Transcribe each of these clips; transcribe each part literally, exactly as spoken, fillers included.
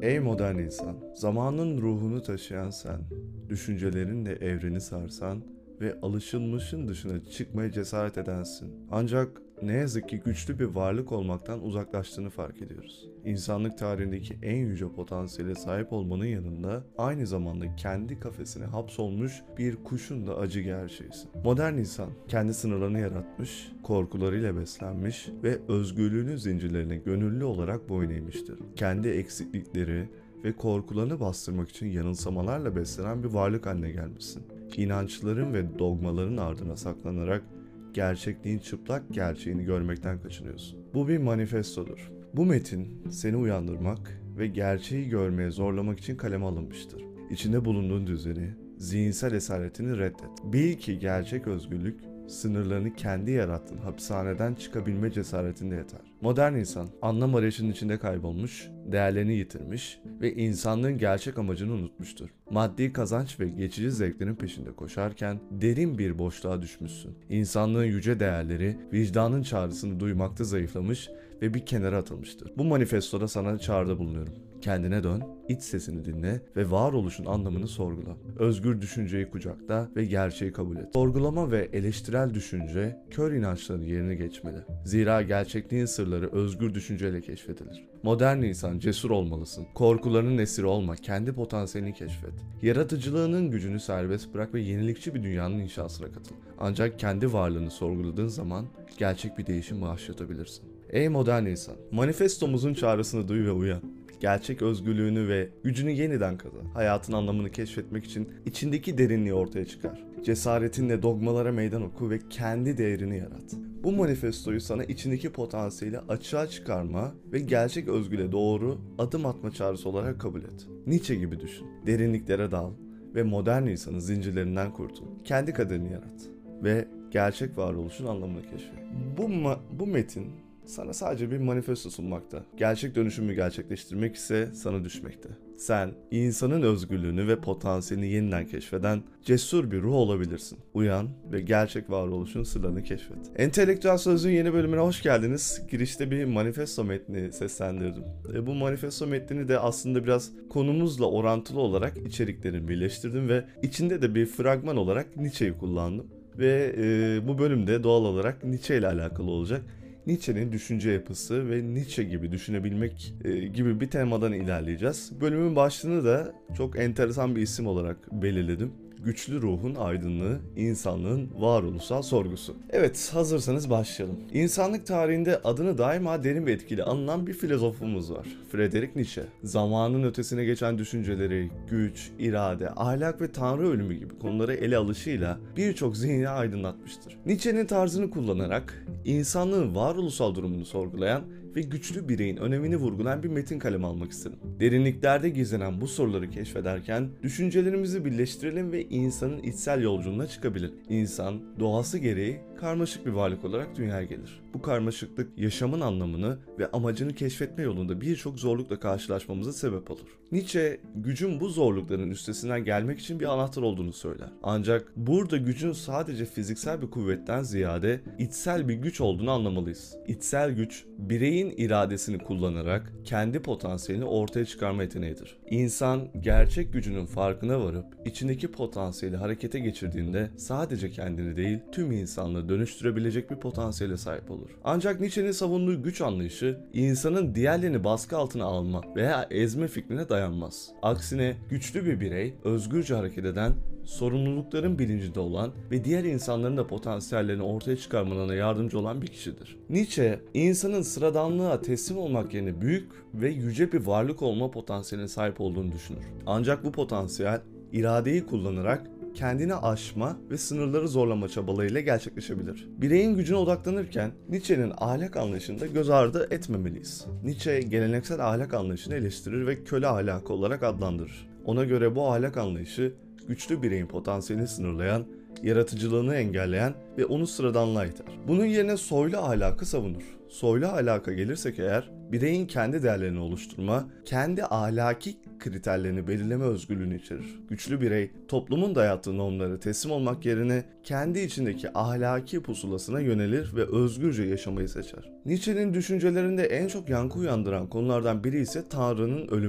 Ey modern insan, zamanın ruhunu taşıyan sen, düşüncelerinle evreni sarsan ve alışılmışın dışına çıkmaya cesaret edensin. Ancak ne yazık ki güçlü bir varlık olmaktan uzaklaştığını fark ediyoruz. İnsanlık tarihindeki en yüce potansiyele sahip olmanın yanında aynı zamanda kendi kafesine hapsolmuş bir kuşun da acı gerçeğisin. Modern insan kendi sınırlarını yaratmış, korkularıyla beslenmiş ve özgürlüğünün zincirlerine gönüllü olarak boyun eğmiştir. Kendi eksiklikleri ve korkularını bastırmak için yanılsamalarla beslenen bir varlık haline gelmişsin. İnançların ve dogmaların ardına saklanarak gerçekliğin çıplak gerçeğini görmekten kaçınıyorsun. Bu bir manifestodur. Bu metin seni uyandırmak ve gerçeği görmeye zorlamak için kaleme alınmıştır. İçinde bulunduğun düzeni, zihinsel esaretini reddet. Bil ki gerçek özgürlük, sınırlarını kendi yarattığın hapishaneden çıkabilme cesaretinde yeter. Modern insan, anlam arayışının içinde kaybolmuş, değerlerini yitirmiş ve insanlığın gerçek amacını unutmuştur. Maddi kazanç ve geçici zevklerin peşinde koşarken derin bir boşluğa düşmüşsün. İnsanlığın yüce değerleri, vicdanın çağrısını duymakta zayıflamış ve bir kenara atılmıştır. Bu manifestoda sana çağrıda bulunuyorum. Kendine dön, iç sesini dinle ve varoluşun anlamını sorgula. Özgür düşünceyi kucakla ve gerçeği kabul et. Sorgulama ve eleştirel düşünce kör inançların yerine geçmeli. Zira gerçekliğin sırları özgür düşünceyle keşfedilir. Modern insan cesur olmalısın. Korkularının esiri olma, kendi potansiyelini keşfet. Yaratıcılığının gücünü serbest bırak ve yenilikçi bir dünyanın inşasına katıl. Ancak kendi varlığını sorguladığın zaman gerçek bir değişim başlatabilirsin. Ey modern insan, manifestomuzun çağrısını duy ve uyan. Gerçek özgürlüğünü ve gücünü yeniden kazan. Hayatın anlamını keşfetmek için içindeki derinliği ortaya çıkar. Cesaretinle dogmalara meydan oku ve kendi değerini yarat. Bu manifestoyu sana içindeki potansiyeli açığa çıkarma ve gerçek özgürlüğe doğru adım atma çağrısı olarak kabul et. Nietzsche gibi düşün. Derinliklere dal ve modern insanın zincirlerinden kurtul. Kendi kaderini yarat ve gerçek varoluşun anlamını keşfet. Bu, ma- bu metin sana sadece bir manifesto sunmakta. Gerçek dönüşümü gerçekleştirmek ise sana düşmekte. Sen, insanın özgürlüğünü ve potansiyelini yeniden keşfeden cesur bir ruh olabilirsin. Uyan ve gerçek varoluşun sırlarını keşfet. Entelektüel Sözlüğün yeni bölümüne hoş geldiniz. Girişte bir manifesto metni seslendirdim. E bu manifesto metnini de aslında biraz konumuzla orantılı olarak içeriklerini birleştirdim ve içinde de bir fragman olarak Nietzsche'yi kullandım. Ve e, bu bölümde doğal olarak Nietzsche ile alakalı olacak. Nietzsche'nin düşünce yapısı ve Nietzsche gibi düşünebilmek e, gibi bir temadan ilerleyeceğiz. Bölümün başlığını da çok enteresan bir isim olarak belirledim. Güçlü ruhun aydınlığı, insanlığın varoluşsal sorgusu. Evet, hazırsanız başlayalım. İnsanlık tarihinde adını daima derin ve etkili anılan bir filozofumuz var. Friedrich Nietzsche. Zamanın ötesine geçen düşünceleri, güç, irade, ahlak ve tanrı ölümü gibi konuları ele alışıyla birçok zihni aydınlatmıştır. Nietzsche'nin tarzını kullanarak insanlığın varoluşsal durumunu sorgulayan ve güçlü bireyin önemini vurgulayan bir metin kaleme almak istedim. Derinliklerde gizlenen bu soruları keşfederken düşüncelerimizi birleştirelim ve insanın içsel yolculuğuna çıkabilir. İnsan doğası gereği karmaşık bir varlık olarak dünyaya gelir. Bu karmaşıklık yaşamın anlamını ve amacını keşfetme yolunda birçok zorlukla karşılaşmamıza sebep olur. Nietzsche, gücün bu zorlukların üstesinden gelmek için bir anahtar olduğunu söyler. Ancak burada gücün sadece fiziksel bir kuvvetten ziyade içsel bir güç olduğunu anlamalıyız. İçsel güç, bireyin iradesini kullanarak kendi potansiyelini ortaya çıkarma yeteneğidir. İnsan gerçek gücünün farkına varıp içindeki potansiyeli harekete geçirdiğinde sadece kendini değil tüm insanlığı dönüştürebilecek bir potansiyele sahip olur. Ancak Nietzsche'nin savunduğu güç anlayışı insanın diğerlerini baskı altına alma veya ezme fikrine dayanmaz. Aksine güçlü bir birey özgürce hareket eden, sorumlulukların bilincinde olan ve diğer insanların da potansiyellerini ortaya çıkarmalarına yardımcı olan bir kişidir. Nietzsche, insanın sıradanlığa teslim olmak yerine büyük ve yüce bir varlık olma potansiyeline sahip olduğunu düşünür. Ancak bu potansiyel, iradeyi kullanarak kendini aşma ve sınırları zorlama çabalarıyla gerçekleşebilir. Bireyin gücüne odaklanırken Nietzsche'nin ahlak anlayışını da göz ardı etmemeliyiz. Nietzsche geleneksel ahlak anlayışını eleştirir ve köle ahlakı olarak adlandırır. Ona göre bu ahlak anlayışı güçlü bireyin potansiyelini sınırlayan, yaratıcılığını engelleyen ve onu sıradanlığa iter. Bunun yerine soylu ahlakı savunur. Soylu ahlaka gelirsek eğer, bireyin kendi değerlerini oluşturma, kendi ahlaki kriterlerini belirleme özgürlüğünü içerir. Güçlü birey, toplumun dayattığı normlara teslim olmak yerine kendi içindeki ahlaki pusulasına yönelir ve özgürce yaşamayı seçer. Nietzsche'nin düşüncelerinde en çok yankı uyandıran konulardan biri ise Tanrı'nın ölümü.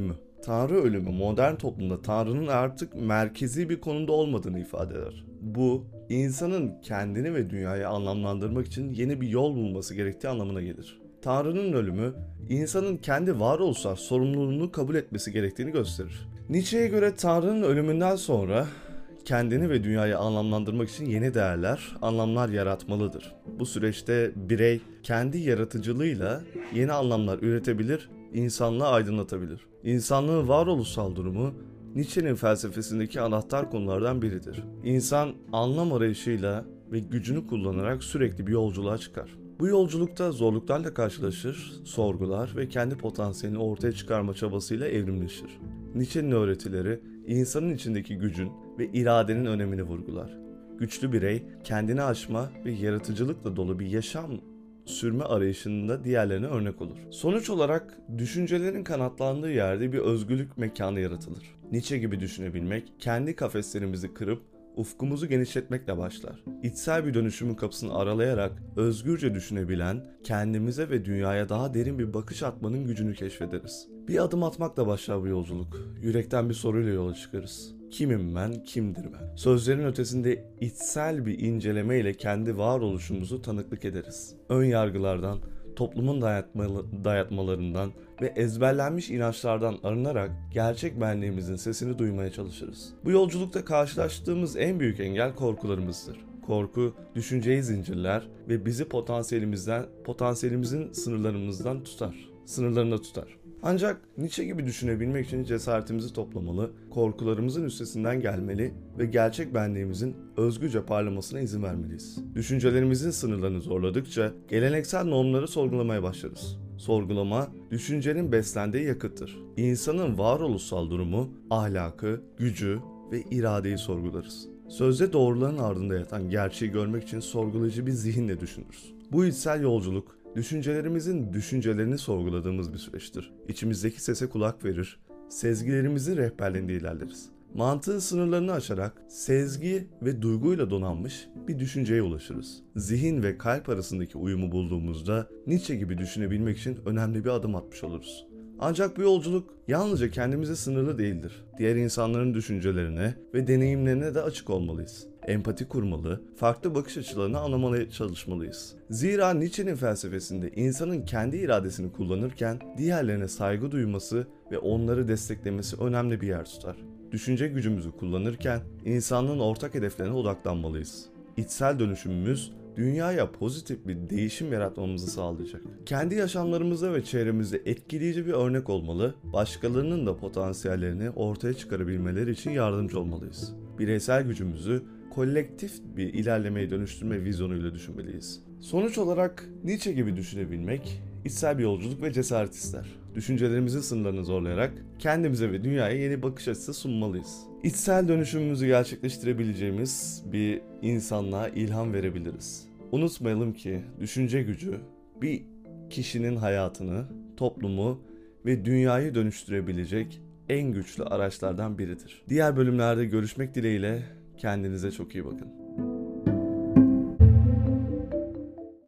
Tanrı ölümü modern toplumda Tanrı'nın artık merkezi bir konumda olmadığını ifade eder. Bu, insanın kendini ve dünyayı anlamlandırmak için yeni bir yol bulması gerektiği anlamına gelir. Tanrı'nın ölümü, insanın kendi varoluşsal sorumluluğunu kabul etmesi gerektiğini gösterir. Nietzsche'ye göre Tanrı'nın ölümünden sonra kendini ve dünyayı anlamlandırmak için yeni değerler, anlamlar yaratmalıdır. Bu süreçte birey kendi yaratıcılığıyla yeni anlamlar üretebilir, insanlığı aydınlatabilir. İnsanlığın varoluşsal durumu Nietzsche'nin felsefesindeki anahtar konulardan biridir. İnsan anlam arayışıyla ve gücünü kullanarak sürekli bir yolculuğa çıkar. Bu yolculukta zorluklarla karşılaşır, sorgular ve kendi potansiyelini ortaya çıkarma çabasıyla evrimleşir. Nietzsche'nin öğretileri insanın içindeki gücün ve iradenin önemini vurgular. Güçlü birey kendini aşma ve yaratıcılıkla dolu bir yaşam sürme arayışında diğerlerine örnek olur. Sonuç olarak düşüncelerin kanatlandığı yerde bir özgürlük mekanı yaratılır. Nietzsche gibi düşünebilmek, kendi kafeslerimizi kırıp ufkumuzu genişletmekle başlar. İçsel bir dönüşümün kapısını aralayarak özgürce düşünebilen, kendimize ve dünyaya daha derin bir bakış atmanın gücünü keşfederiz. Bir adım atmakla başlar bu yolculuk. Yürekten bir soruyla yola çıkarız. Kimim ben, kimdir ben? Sözlerin ötesinde içsel bir inceleme ile kendi varoluşumuzu tanıklık ederiz. Ön yargılardan, toplumun dayatmalı, dayatmalarından ve ezberlenmiş inançlardan arınarak gerçek benliğimizin sesini duymaya çalışırız. Bu yolculukta karşılaştığımız en büyük engel korkularımızdır. Korku, düşünceyi zincirler ve bizi potansiyelimizden, potansiyelimizin sınırlarımızdan tutar, sınırlarında tutar. Ancak Nietzsche gibi düşünebilmek için cesaretimizi toplamalı, korkularımızın üstesinden gelmeli ve gerçek benliğimizin özgürce parlamasına izin vermeliyiz. Düşüncelerimizin sınırlarını zorladıkça geleneksel normları sorgulamaya başlarız. Sorgulama, düşüncenin beslendiği yakıttır. İnsanın varoluşsal durumu, ahlakı, gücü ve iradeyi sorgularız. Sözde doğruların ardında yatan gerçeği görmek için sorgulayıcı bir zihinle düşünürüz. Bu içsel yolculuk, düşüncelerimizin düşüncelerini sorguladığımız bir süreçtir. İçimizdeki sese kulak verir, sezgilerimizin rehberliğinde ilerleriz. Mantığın sınırlarını aşarak sezgi ve duyguyla donanmış bir düşünceye ulaşırız. Zihin ve kalp arasındaki uyumu bulduğumuzda Nietzsche gibi düşünebilmek için önemli bir adım atmış oluruz. Ancak bu yolculuk yalnızca kendimize sınırlı değildir. Diğer insanların düşüncelerine ve deneyimlerine de açık olmalıyız. Empati kurmalı, farklı bakış açılarını anlamaya çalışmalıyız. Zira Nietzsche'nin felsefesinde insanın kendi iradesini kullanırken diğerlerine saygı duyması ve onları desteklemesi önemli bir yer tutar. Düşünce gücümüzü kullanırken insanlığın ortak hedeflerine odaklanmalıyız. İçsel dönüşümümüz dünyaya pozitif bir değişim yaratmamızı sağlayacak. Kendi yaşamlarımızda ve çevremizde etkileyici bir örnek olmalı, başkalarının da potansiyellerini ortaya çıkarabilmeleri için yardımcı olmalıyız. Bireysel gücümüzü kolektif bir ilerlemeye dönüştürme vizyonuyla düşünmeliyiz. Sonuç olarak Nietzsche gibi düşünebilmek, içsel bir yolculuk ve cesaret ister. Düşüncelerimizin sınırlarını zorlayarak kendimize ve dünyaya yeni bakış açısı sunmalıyız. İçsel dönüşümümüzü gerçekleştirebileceğimiz bir insanlığa ilham verebiliriz. Unutmayalım ki düşünce gücü bir kişinin hayatını, toplumu ve dünyayı dönüştürebilecek en güçlü araçlardan biridir. Diğer bölümlerde görüşmek dileğiyle kendinize çok iyi bakın.